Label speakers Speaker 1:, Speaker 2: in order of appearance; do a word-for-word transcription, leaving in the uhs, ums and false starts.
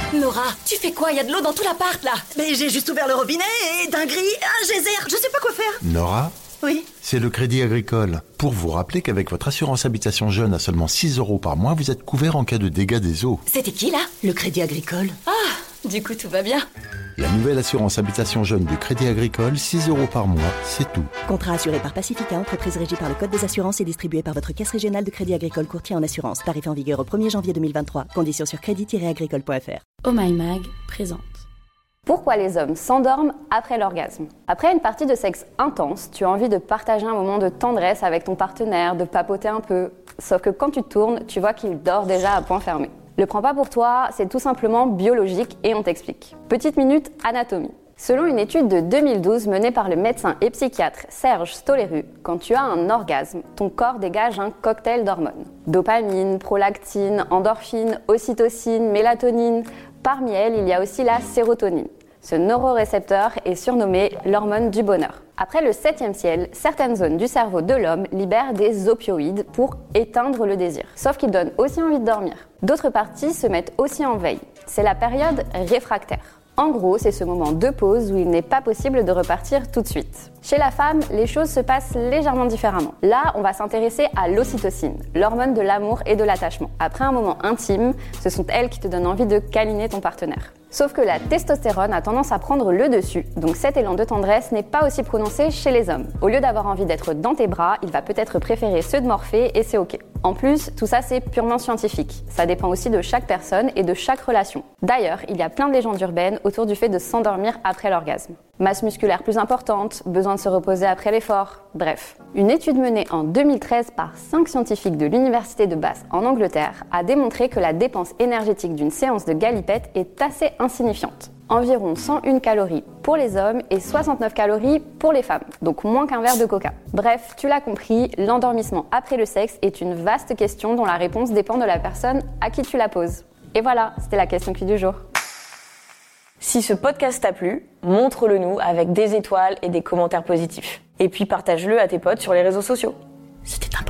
Speaker 1: Nora, tu fais quoi? Il y a de l'eau dans tout l'appart, là.
Speaker 2: Mais j'ai juste ouvert le robinet et d'un gris, un geyser, je sais pas quoi faire.
Speaker 3: Nora?
Speaker 2: Oui.
Speaker 3: C'est le Crédit Agricole. Pour vous rappeler qu'avec votre assurance habitation jeune à seulement six euros par mois, vous êtes couvert en cas de dégâts des eaux.
Speaker 1: C'était qui, là?
Speaker 2: Le Crédit Agricole.
Speaker 1: Ah, du coup, tout va bien.
Speaker 3: La nouvelle assurance habitation jeune du Crédit Agricole, six euros par mois, c'est tout.
Speaker 4: Contrat assuré par Pacifica, entreprise régie par le Code des assurances et distribué par votre caisse régionale de Crédit Agricole courtier en assurance. Tarif en vigueur au premier janvier deux mille vingt-trois. Conditions sur crédit tiret agricole point f r.
Speaker 5: Oh My Mag présente.
Speaker 6: Pourquoi les hommes s'endorment après l'orgasme? Après une partie de sexe intense, tu as envie de partager un moment de tendresse avec ton partenaire, de papoter un peu. Sauf que quand tu te tournes, tu vois qu'il dort déjà à point fermé. Le prends pas pour toi, c'est tout simplement biologique et on t'explique. Petite minute anatomie. Selon une étude de deux mille douze menée par le médecin et psychiatre Serge Stoleru, quand tu as un orgasme, ton corps dégage un cocktail d'hormones. Dopamine, prolactine, endorphine, ocytocine, mélatonine. Parmi elles, il y a aussi la sérotonine. Ce neurorécepteur est surnommé l'hormone du bonheur. Après le septième ciel, certaines zones du cerveau de l'homme libèrent des opioïdes pour éteindre le désir. Sauf qu'ils donnent aussi envie de dormir. D'autres parties se mettent aussi en veille. C'est la période réfractaire. En gros, c'est ce moment de pause où il n'est pas possible de repartir tout de suite. Chez la femme, les choses se passent légèrement différemment. Là, on va s'intéresser à l'ocytocine, l'hormone de l'amour et de l'attachement. Après un moment intime, ce sont elles qui te donnent envie de câliner ton partenaire. Sauf que la testostérone a tendance à prendre le dessus, donc cet élan de tendresse n'est pas aussi prononcé chez les hommes. Au lieu d'avoir envie d'être dans tes bras, il va peut-être préférer ceux de Morphée et c'est ok. En plus, tout ça c'est purement scientifique. Ça dépend aussi de chaque personne et de chaque relation. D'ailleurs, il y a plein de légendes urbaines autour du fait de s'endormir après l'orgasme. Masse musculaire plus importante, besoin de se reposer après l'effort, bref. Une étude menée en deux mille treize par cinq scientifiques de l'université de Bath en Angleterre a démontré que la dépense énergétique d'une séance de galipette est assez insignifiante. Environ cent une calories pour les hommes et soixante-neuf calories pour les femmes, donc moins qu'un verre de coca. Bref, tu l'as compris, l'endormissement après le sexe est une vaste question dont la réponse dépend de la personne à qui tu la poses. Et voilà, c'était la question cul du jour.
Speaker 7: Si ce podcast t'a plu, montre-le nous avec des étoiles et des commentaires positifs. Et puis partage-le à tes potes sur les réseaux sociaux.
Speaker 2: C'était un